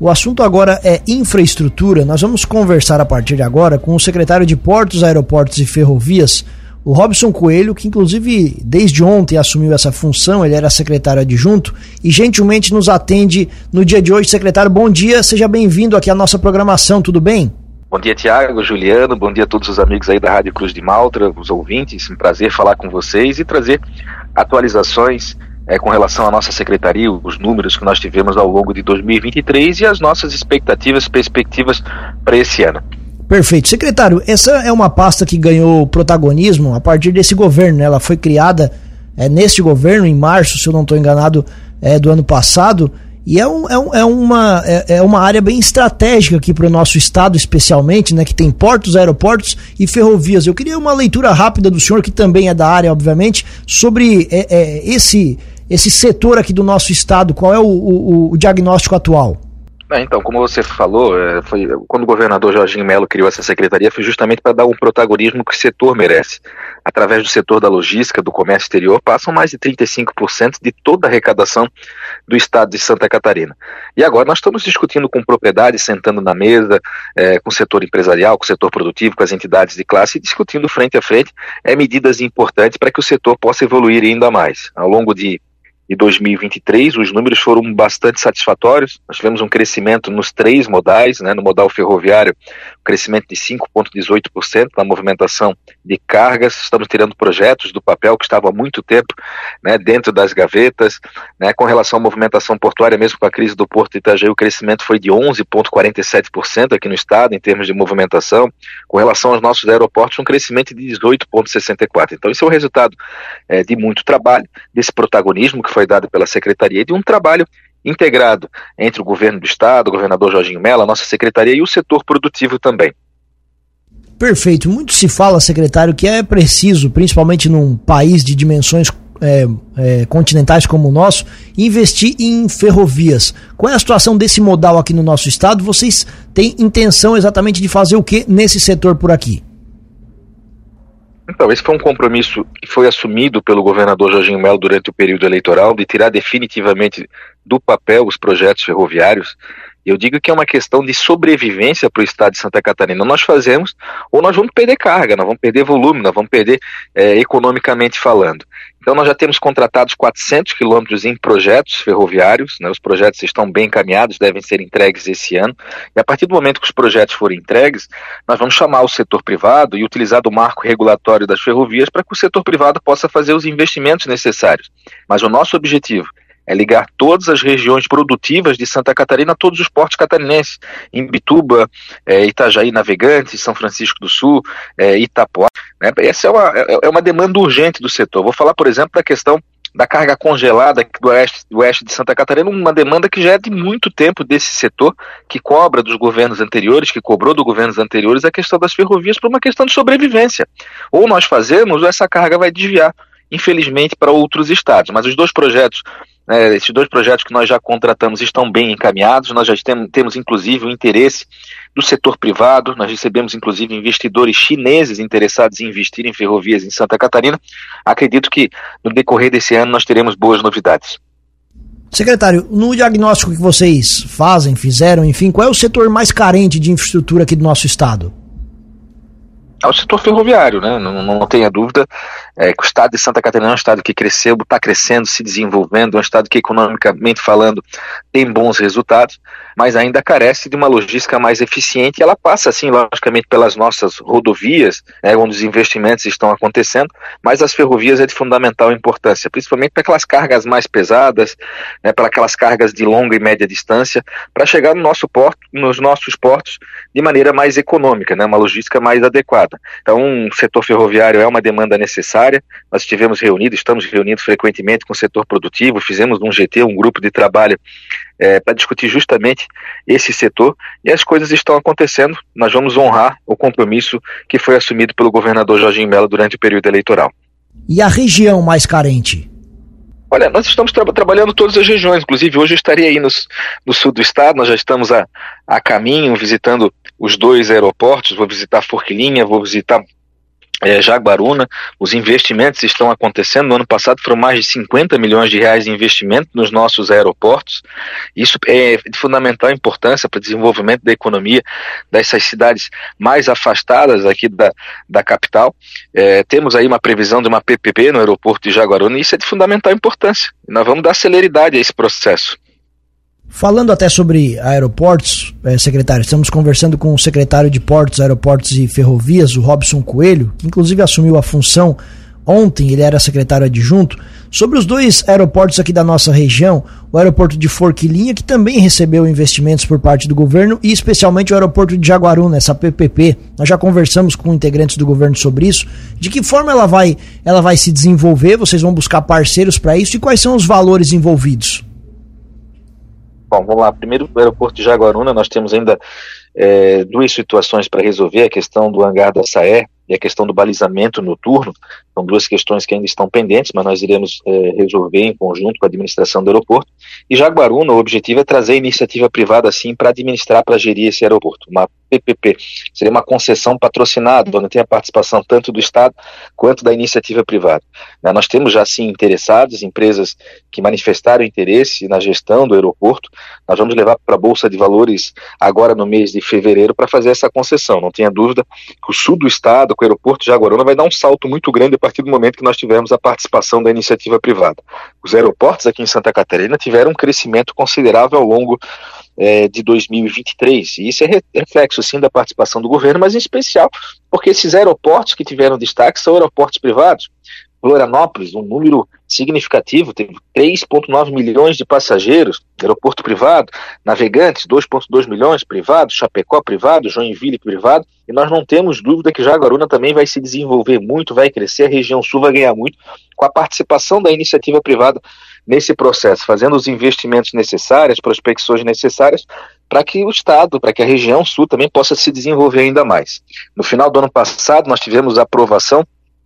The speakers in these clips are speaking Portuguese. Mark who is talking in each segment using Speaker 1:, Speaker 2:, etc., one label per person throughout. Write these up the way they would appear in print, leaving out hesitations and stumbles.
Speaker 1: O assunto agora é infraestrutura. Nós vamos conversar a partir de agora com o secretário de Portos, Aeroportos e Ferrovias, o Robson Coelho, que inclusive desde ontem assumiu essa função. Ele era secretário adjunto e gentilmente nos atende no dia de hoje. Secretário, bom dia, seja bem-vindo aqui à nossa programação, tudo bem?
Speaker 2: Bom dia, Tiago, Juliano, bom dia a todos os amigos aí da Rádio Cruz de Malta, os ouvintes, um prazer falar com vocês e trazer atualizações com relação à nossa secretaria, os números que nós tivemos ao longo de 2023 e as nossas expectativas, perspectivas para esse ano.
Speaker 1: Perfeito. Secretário, essa é uma pasta que ganhou protagonismo a partir desse governo, né? Ela foi criada neste governo, em março, se eu não estou enganado, do ano passado, e é uma área bem estratégica aqui para o nosso estado, especialmente, né? Que tem portos, aeroportos e ferrovias. Eu queria uma leitura rápida do senhor, que também é da área, obviamente, sobre esse setor aqui do nosso estado. Qual é o diagnóstico atual?
Speaker 2: Então, como você falou, foi quando o governador Jorginho Melo criou essa secretaria, foi justamente para dar um protagonismo que o setor merece. Através do setor da logística, do comércio exterior, passam mais de 35% de toda a arrecadação do estado de Santa Catarina. E agora nós estamos discutindo com propriedade, sentando na mesa, com o setor empresarial, com o setor produtivo, com as entidades de classe, e discutindo frente a frente medidas importantes para que o setor possa evoluir ainda mais. Ao longo de 2023, os números foram bastante satisfatórios. Nós tivemos um crescimento nos 3 modais, né? No modal ferroviário, um crescimento de 5,18% na movimentação de cargas. Estamos tirando projetos do papel que estavam há muito tempo, né, dentro das gavetas, né? Com relação à movimentação portuária, mesmo com a crise do Porto de Itajaí, o crescimento foi de 11,47% aqui no estado, em termos de movimentação. Com relação aos nossos aeroportos, um crescimento de 18,64%. Então, isso é o resultado de muito trabalho, desse protagonismo que foi dado pela secretaria, de um trabalho integrado entre o governo do estado, o governador Jorginho Melo, a nossa secretaria e o setor produtivo também.
Speaker 1: Perfeito. Muito se fala, secretário, que é preciso, principalmente num país de dimensões continentais como o nosso, investir em ferrovias. Qual é a situação desse modal aqui no nosso estado? Vocês têm intenção exatamente de fazer o que nesse setor por aqui?
Speaker 2: Então, esse foi um compromisso que foi assumido pelo governador Jorginho Melo durante o período eleitoral, de tirar definitivamente do papel os projetos ferroviários. Eu digo que é uma questão de sobrevivência para o estado de Santa Catarina. Nós fazemos, ou nós vamos perder carga, nós vamos perder volume, nós vamos perder economicamente falando. Então nós já temos contratados 400 quilômetros em projetos ferroviários, né? Os projetos estão bem encaminhados, devem ser entregues esse ano, e a partir do momento que os projetos forem entregues, nós vamos chamar o setor privado e utilizar do marco regulatório das ferrovias para que o setor privado possa fazer os investimentos necessários. Mas o nosso objetivo é ligar todas as regiões produtivas de Santa Catarina a todos os portos catarinenses, Imbituba, Itajaí Navegantes, São Francisco do Sul, Itapuá, né? Essa é uma demanda urgente do setor. Vou falar, por exemplo, da questão da carga congelada do oeste de Santa Catarina, uma demanda que já é de muito tempo desse setor, que cobra dos governos anteriores, que cobrou dos governos anteriores a questão das ferrovias por uma questão de sobrevivência. Ou nós fazemos, ou essa carga vai desviar, infelizmente, para outros estados. Mas os dois projetos, esses 2 projetos que nós já contratamos estão bem encaminhados. Nós já temos inclusive o interesse do setor privado, nós recebemos inclusive investidores chineses interessados em investir em ferrovias em Santa Catarina. Acredito que no decorrer desse ano nós teremos boas novidades.
Speaker 1: Secretário, no diagnóstico que vocês fizeram, enfim, qual é o setor mais carente de infraestrutura aqui do nosso estado?
Speaker 2: É o setor ferroviário, né? Não tenha dúvida que o estado de Santa Catarina é um estado que cresceu, está crescendo, se desenvolvendo, é um estado que economicamente falando tem bons resultados, mas ainda carece de uma logística mais eficiente, e ela passa assim, logicamente, pelas nossas rodovias, onde os investimentos estão acontecendo, mas as ferrovias é de fundamental importância, principalmente para aquelas cargas mais pesadas, para aquelas cargas de longa e média distância, para chegar no nosso porto, nos nossos portos de maneira mais econômica, uma logística mais adequada. Então, o setor ferroviário é uma demanda necessária. Nós estamos reunidos frequentemente com o setor produtivo, fizemos um GT, um grupo de trabalho para discutir justamente esse setor, e as coisas estão acontecendo. Nós vamos honrar o compromisso que foi assumido pelo governador Jorginho Melo durante o período eleitoral.
Speaker 1: E a região mais carente?
Speaker 2: Olha, nós estamos trabalhando todas as regiões, inclusive hoje eu estarei aí no sul do estado. Nós já estamos a caminho, visitando os 2 aeroportos, vou visitar Forquilinha, vou visitar Jaguaruna, os investimentos estão acontecendo. No ano passado foram mais de 50 milhões de reais de investimento nos nossos aeroportos. Isso é de fundamental importância para o desenvolvimento da economia dessas cidades mais afastadas aqui da capital. Temos aí uma previsão de uma PPP no aeroporto de Jaguaruna, e isso é de fundamental importância. Nós vamos dar celeridade a esse processo.
Speaker 1: Falando até sobre aeroportos, secretário, estamos conversando com o secretário de Portos, Aeroportos e Ferrovias, o Robson Coelho, que inclusive assumiu a função ontem, ele era secretário adjunto, sobre os 2 aeroportos aqui da nossa região, o aeroporto de Forquilinha, que também recebeu investimentos por parte do governo, e especialmente o aeroporto de Jaguaruna, essa PPP. Nós já conversamos com integrantes do governo sobre isso, de que forma ela vai se desenvolver, vocês vão buscar parceiros para isso, e quais são os valores envolvidos?
Speaker 2: Bom, vamos lá. Primeiro, o aeroporto de Jaguaruna, nós temos ainda 2 situações para resolver: a questão do hangar da SAER e a questão do balizamento noturno. São 2 questões que ainda estão pendentes, mas nós iremos resolver em conjunto com a administração do aeroporto. E Jaguaruna, o objetivo é trazer a iniciativa privada, assim, para administrar, para gerir esse aeroporto. Uma PPP seria uma concessão patrocinada, onde tem a participação tanto do Estado quanto da iniciativa privada. Nós temos já, sim, interessados, empresas que manifestaram interesse na gestão do aeroporto. Nós vamos levar para a Bolsa de Valores agora no mês de fevereiro para fazer essa concessão. Não tenha dúvida que o sul do estado, com o aeroporto de Jaguaruna, vai dar um salto muito grande a partir do momento que nós tivermos a participação da iniciativa privada. Os aeroportos aqui em Santa Catarina tiveram um crescimento considerável ao longo de 2023, e isso é reflexo, sim, da participação do governo, mas em especial porque esses aeroportos que tiveram destaque são aeroportos privados. Florianópolis, um número significativo, teve 3,9 milhões de passageiros, aeroporto privado. Navegantes, 2,2 milhões, privado. Chapecó, privado. Joinville, privado. E nós não temos dúvida que Jaguaruna também vai se desenvolver muito, vai crescer, a região sul vai ganhar muito com a participação da iniciativa privada nesse processo, fazendo os investimentos necessários, prospecções necessárias para que o estado, para que a região sul também possa se desenvolver ainda mais. No final do ano passado, nós tivemos a aprovação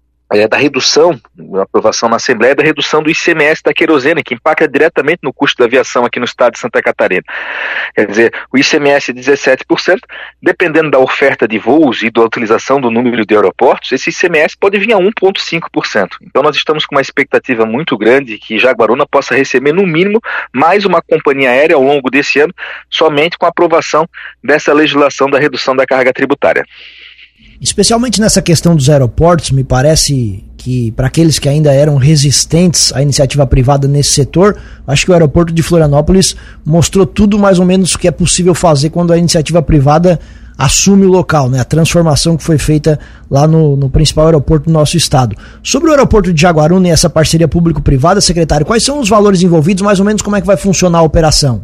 Speaker 2: da redução, a aprovação na Assembleia, da redução do ICMS da querosene, que impacta diretamente no custo da aviação aqui no estado de Santa Catarina. Quer dizer, o ICMS é 17%, dependendo da oferta de voos e da utilização do número de aeroportos, esse ICMS pode vir a 1,5%. Então nós estamos com uma expectativa muito grande que Jaguaruna possa receber, no mínimo, mais uma companhia aérea ao longo desse ano, somente com a aprovação dessa legislação da redução da carga tributária.
Speaker 1: Especialmente nessa questão dos aeroportos, me parece que para aqueles que ainda eram resistentes à iniciativa privada nesse setor, acho que o aeroporto de Florianópolis mostrou tudo mais ou menos o que é possível fazer quando a iniciativa privada assume o local, né? A transformação que foi feita lá no principal aeroporto do nosso estado. Sobre o aeroporto de Jaguaruna e essa parceria público-privada, secretário, quais são os valores envolvidos, mais ou menos como é que vai funcionar a operação?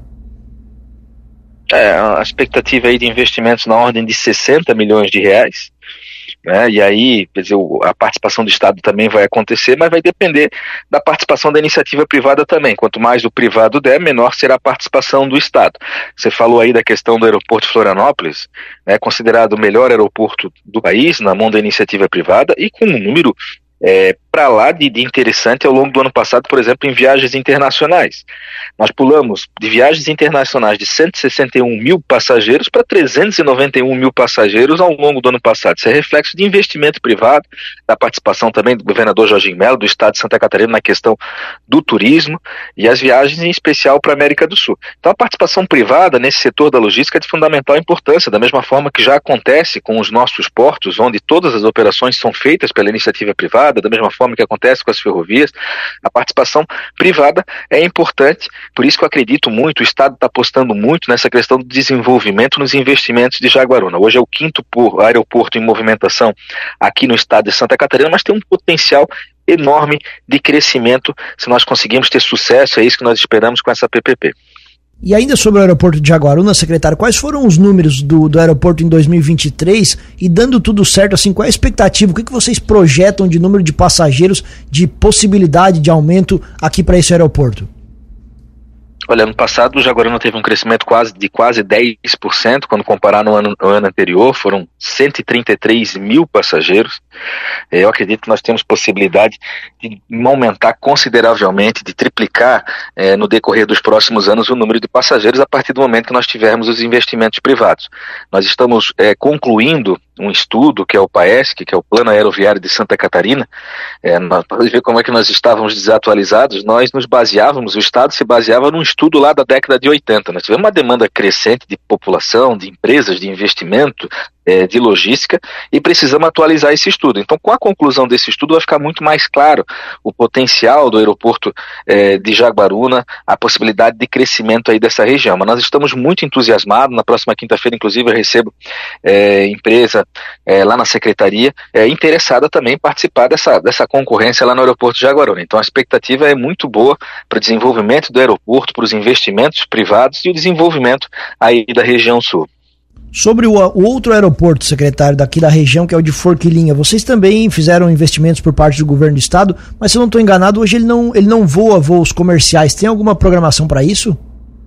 Speaker 2: A expectativa aí de investimentos na ordem de 60 milhões de reais, né? E aí, quer dizer, a participação do Estado também vai acontecer, mas vai depender da participação da iniciativa privada também. Quanto mais o privado der, menor será a participação do Estado. Você falou aí da questão do aeroporto de Florianópolis, né, considerado o melhor aeroporto do país, na mão da iniciativa privada, e com um número para lá de interessante ao longo do ano passado, por exemplo, em viagens internacionais. Nós pulamos de viagens internacionais de 161 mil passageiros para 391 mil passageiros ao longo do ano passado. Isso é reflexo de investimento privado, da participação também do governador Jorginho Melo, do estado de Santa Catarina, na questão do turismo e as viagens em especial para a América do Sul. Então a participação privada nesse setor da logística é de fundamental importância, da mesma forma que já acontece com os nossos portos, onde todas as operações são feitas pela iniciativa privada, da mesma forma que acontece com as ferrovias. A participação privada é importante, por isso que eu acredito muito, o Estado está apostando muito nessa questão do desenvolvimento nos investimentos de Jaguaruna. Hoje é o 5º aeroporto em movimentação aqui no estado de Santa Catarina, mas tem um potencial enorme de crescimento se nós conseguirmos ter sucesso, é isso que nós esperamos com essa PPP.
Speaker 1: E ainda sobre o aeroporto de Jaguaruna, secretário, quais foram os números do aeroporto em 2023 e dando tudo certo, assim, qual é a expectativa? O que vocês projetam de número de passageiros, de possibilidade de aumento aqui para esse aeroporto?
Speaker 2: Olha, ano passado o Jaguaruna teve um crescimento de quase 10%, quando comparar no ano anterior, foram 133 mil passageiros. Eu acredito que nós temos possibilidade de aumentar consideravelmente, de triplicar no decorrer dos próximos anos o número de passageiros a partir do momento que nós tivermos os investimentos privados. Nós estamos concluindo um estudo, que é o PAESC, que é o Plano Aeroviário de Santa Catarina, para ver como é que nós estávamos desatualizados, nós nos baseávamos, o Estado se baseava num estudo lá da década de 80. Nós tivemos uma demanda crescente de população, de empresas, de investimento, de logística, e precisamos atualizar esse estudo. Então, com a conclusão desse estudo, vai ficar muito mais claro o potencial do aeroporto de Jaguaruna, a possibilidade de crescimento aí dessa região. Mas nós estamos muito entusiasmados. Na próxima quinta-feira, inclusive, eu recebo empresa lá na secretaria interessada também em participar dessa concorrência lá no aeroporto de Jaguaruna. Então, a expectativa é muito boa para o desenvolvimento do aeroporto, para os investimentos privados e o desenvolvimento aí da região sul.
Speaker 1: Sobre o outro aeroporto, secretário, daqui da região, que é o de Forquilinha, vocês também fizeram investimentos por parte do governo do estado, mas se eu não estou enganado, hoje ele não voa voos comerciais. Tem alguma programação para isso?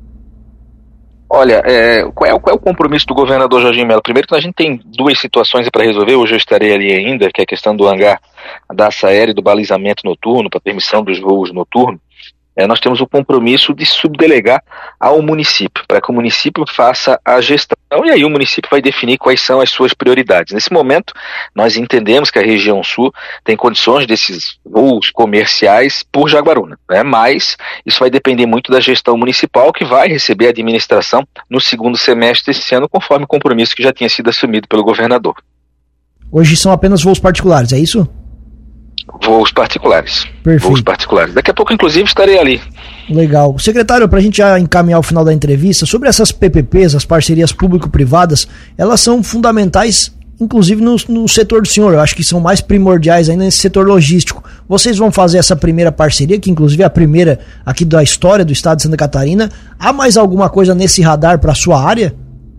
Speaker 2: Olha, qual é o compromisso do governador Jorginho Melo? Primeiro que a gente tem duas situações para resolver, hoje eu estarei ali ainda, que é a questão do hangar da Asaérea e do balizamento noturno, para permissão dos voos noturnos. Nós temos o compromisso de subdelegar ao município, para que o município faça a gestão, e aí o município vai definir quais são as suas prioridades. Nesse momento, nós entendemos que a região sul tem condições desses voos comerciais por Jaguaruna, mas isso vai depender muito da gestão municipal, que vai receber a administração no segundo semestre desse ano, conforme o compromisso que já tinha sido assumido pelo governador.
Speaker 1: Hoje são apenas voos particulares, é isso?
Speaker 2: Voos particulares.
Speaker 1: Perfeito.
Speaker 2: Voos particulares. Daqui a pouco, inclusive, estarei ali.
Speaker 1: Legal. Secretário, para a gente já encaminhar o final da entrevista, sobre essas PPPs, as parcerias público-privadas, elas são fundamentais, inclusive no setor do senhor. Eu acho que são mais primordiais ainda nesse setor logístico. Vocês vão fazer essa primeira parceria, que inclusive é a primeira aqui da história do estado de Santa Catarina. Há mais alguma coisa nesse radar para a sua área?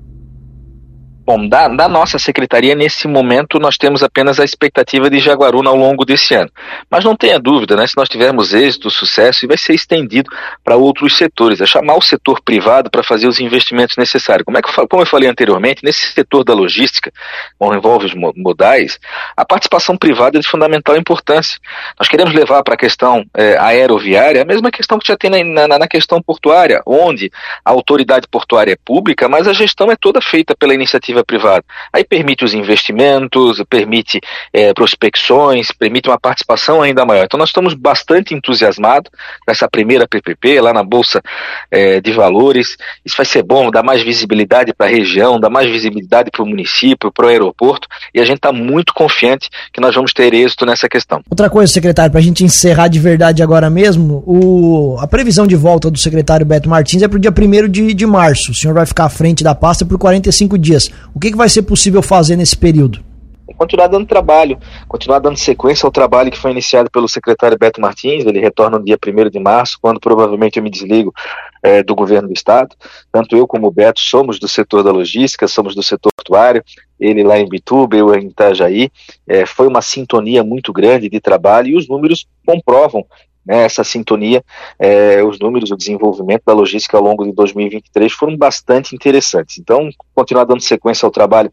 Speaker 2: Bom, da nossa secretaria, nesse momento, nós temos apenas a expectativa de Jaguaruna ao longo desse ano. Mas não tenha dúvida, se nós tivermos êxito, sucesso, vai ser estendido para outros setores, é chamar o setor privado para fazer os investimentos necessários. Como eu falei anteriormente, nesse setor da logística, onde envolve os modais, a participação privada é de fundamental importância. Nós queremos levar para a questão aeroviária a mesma questão que já tem na questão portuária, onde a autoridade portuária é pública, mas a gestão é toda feita pela iniciativa privada. Aí permite os investimentos, permite prospecções, permite uma participação ainda maior. Então nós estamos bastante entusiasmados com essa primeira PPP lá na Bolsa de Valores. Isso vai ser bom, dá mais visibilidade para a região, dá mais visibilidade para o município, para o aeroporto, e a gente está muito confiante que nós vamos ter êxito nessa questão.
Speaker 1: Outra coisa, secretário, para a gente encerrar de verdade agora mesmo, a previsão de volta do secretário Beto Martins é para o dia 1º de março. O senhor vai ficar à frente da pasta por 45 dias. O que vai ser possível fazer nesse período?
Speaker 2: Continuar dando trabalho, continuar dando sequência ao trabalho que foi iniciado pelo secretário Beto Martins. Ele retorna no dia 1º de março, quando provavelmente eu me desligo do governo do estado. Tanto eu como o Beto somos do setor da logística, somos do setor portuário, ele lá em Bituba, eu em Itajaí. Foi uma sintonia muito grande de trabalho e os números comprovam essa sintonia. Os números, o desenvolvimento da logística ao longo de 2023 foram bastante interessantes. Então, continuar dando sequência ao trabalho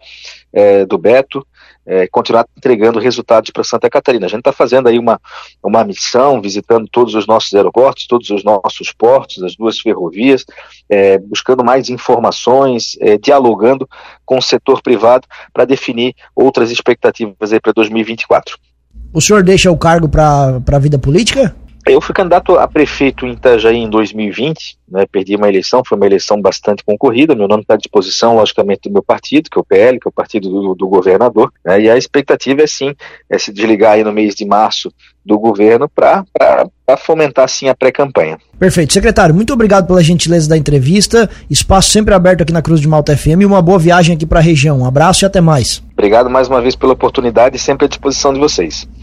Speaker 2: do Beto, continuar entregando resultados para Santa Catarina. A gente está fazendo aí uma missão, visitando todos os nossos aeroportos, todos os nossos portos, as duas ferrovias, buscando mais informações, dialogando com o setor privado para definir outras expectativas aí para 2024.
Speaker 1: O senhor deixa o cargo para a vida política?
Speaker 2: Eu fui candidato a prefeito em Itajaí em 2020, perdi uma eleição, foi uma eleição bastante concorrida, meu nome está à disposição, logicamente, do meu partido, que é o PL, que é o partido do governador, e a expectativa é sim, se desligar aí no mês de março do governo para fomentar sim a pré-campanha.
Speaker 1: Perfeito. Secretário, muito obrigado pela gentileza da entrevista, espaço sempre aberto aqui na Cruz de Malta FM e uma boa viagem aqui para a região. Um abraço e até mais.
Speaker 2: Obrigado mais uma vez pela oportunidade e sempre à disposição de vocês.